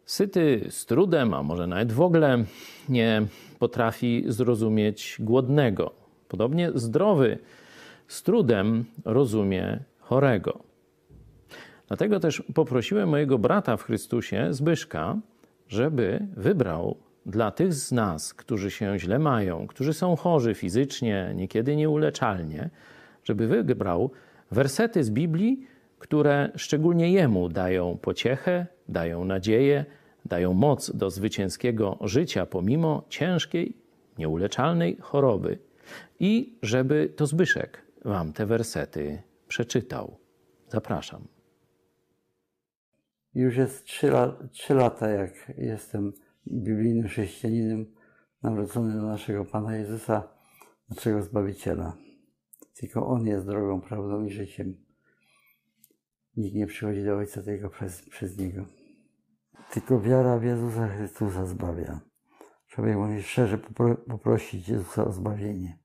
Syty z trudem, a może nawet w ogóle nie potrafi zrozumieć głodnego. Podobnie zdrowy z trudem rozumie chorego. Dlatego też poprosiłem mojego brata w Chrystusie, Zbyszka, żeby wybrał dla tych z nas, którzy się źle mają, którzy są chorzy fizycznie, niekiedy nieuleczalnie, żeby wybrał wersety z Biblii, które szczególnie jemu dają pociechę, dają nadzieję, dają moc do zwycięskiego życia pomimo ciężkiej, nieuleczalnej choroby. I żeby to Zbyszek wam te wersety przeczytał. Zapraszam. Już jest 3 lata, jak jestem biblijnym chrześcijaninem, nawrócony do naszego Pana Jezusa, naszego Zbawiciela. Tylko On jest drogą, prawdą i życiem. Nikt nie przychodzi do Ojca tylko przez Niego. Tylko wiara w Jezusa Chrystusa zbawia. Człowiek musi szczerze poprosić Jezusa o zbawienie.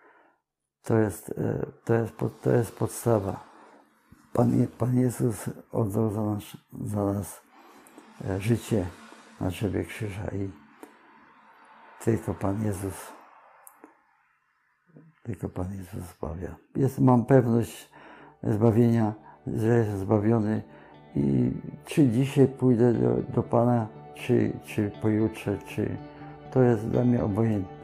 To jest podstawa. Pan Jezus oddał za nas życie na drzewie krzyża i tylko Pan Jezus zbawia. Mam pewność zbawienia, że jestem zbawiony i czy dzisiaj pójdę do Pana, czy pojutrze, to jest dla mnie obojętne.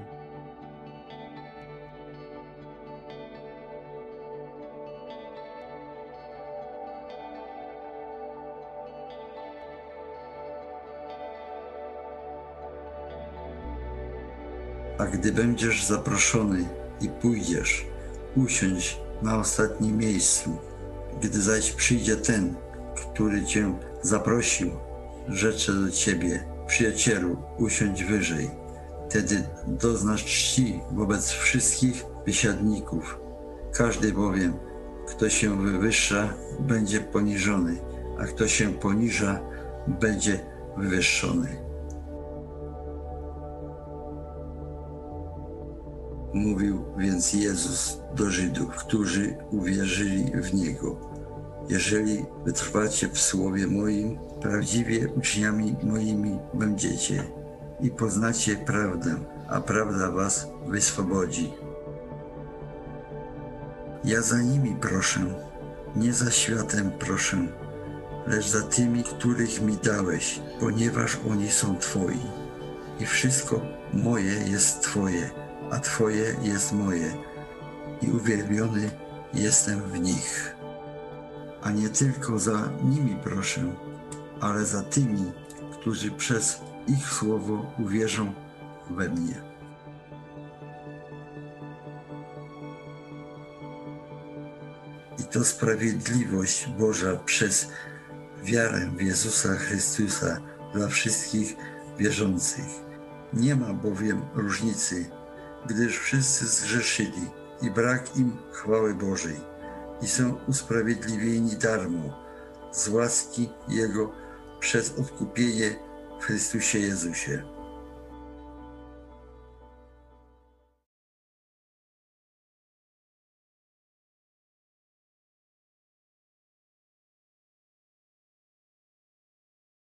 A gdy będziesz zaproszony i pójdziesz, usiądź na ostatnim miejscu. Gdy zaś przyjdzie ten, który cię zaprosił, rzecze do ciebie: przyjacielu, usiądź wyżej. Wtedy doznasz czci wobec wszystkich biesiadników. Każdy bowiem, kto się wywyższa, będzie poniżony, a kto się poniża, będzie wywyższony. Mówił więc Jezus do Żydów, którzy uwierzyli w Niego: jeżeli wytrwacie w słowie moim, prawdziwie uczniami moimi będziecie i poznacie prawdę, a prawda was wyswobodzi. Ja za nimi proszę, nie za światem proszę, lecz za tymi, których mi dałeś, ponieważ oni są Twoi. I wszystko moje jest Twoje, a Twoje jest moje i uwielbiony jestem w nich. A nie tylko za nimi proszę, ale za tymi, którzy przez ich słowo uwierzą we mnie. I to sprawiedliwość Boża przez wiarę w Jezusa Chrystusa dla wszystkich wierzących. Nie ma bowiem różnicy, gdyż wszyscy zgrzeszyli i brak im chwały Bożej i są usprawiedliwieni darmo z łaski Jego przez odkupienie w Chrystusie Jezusie.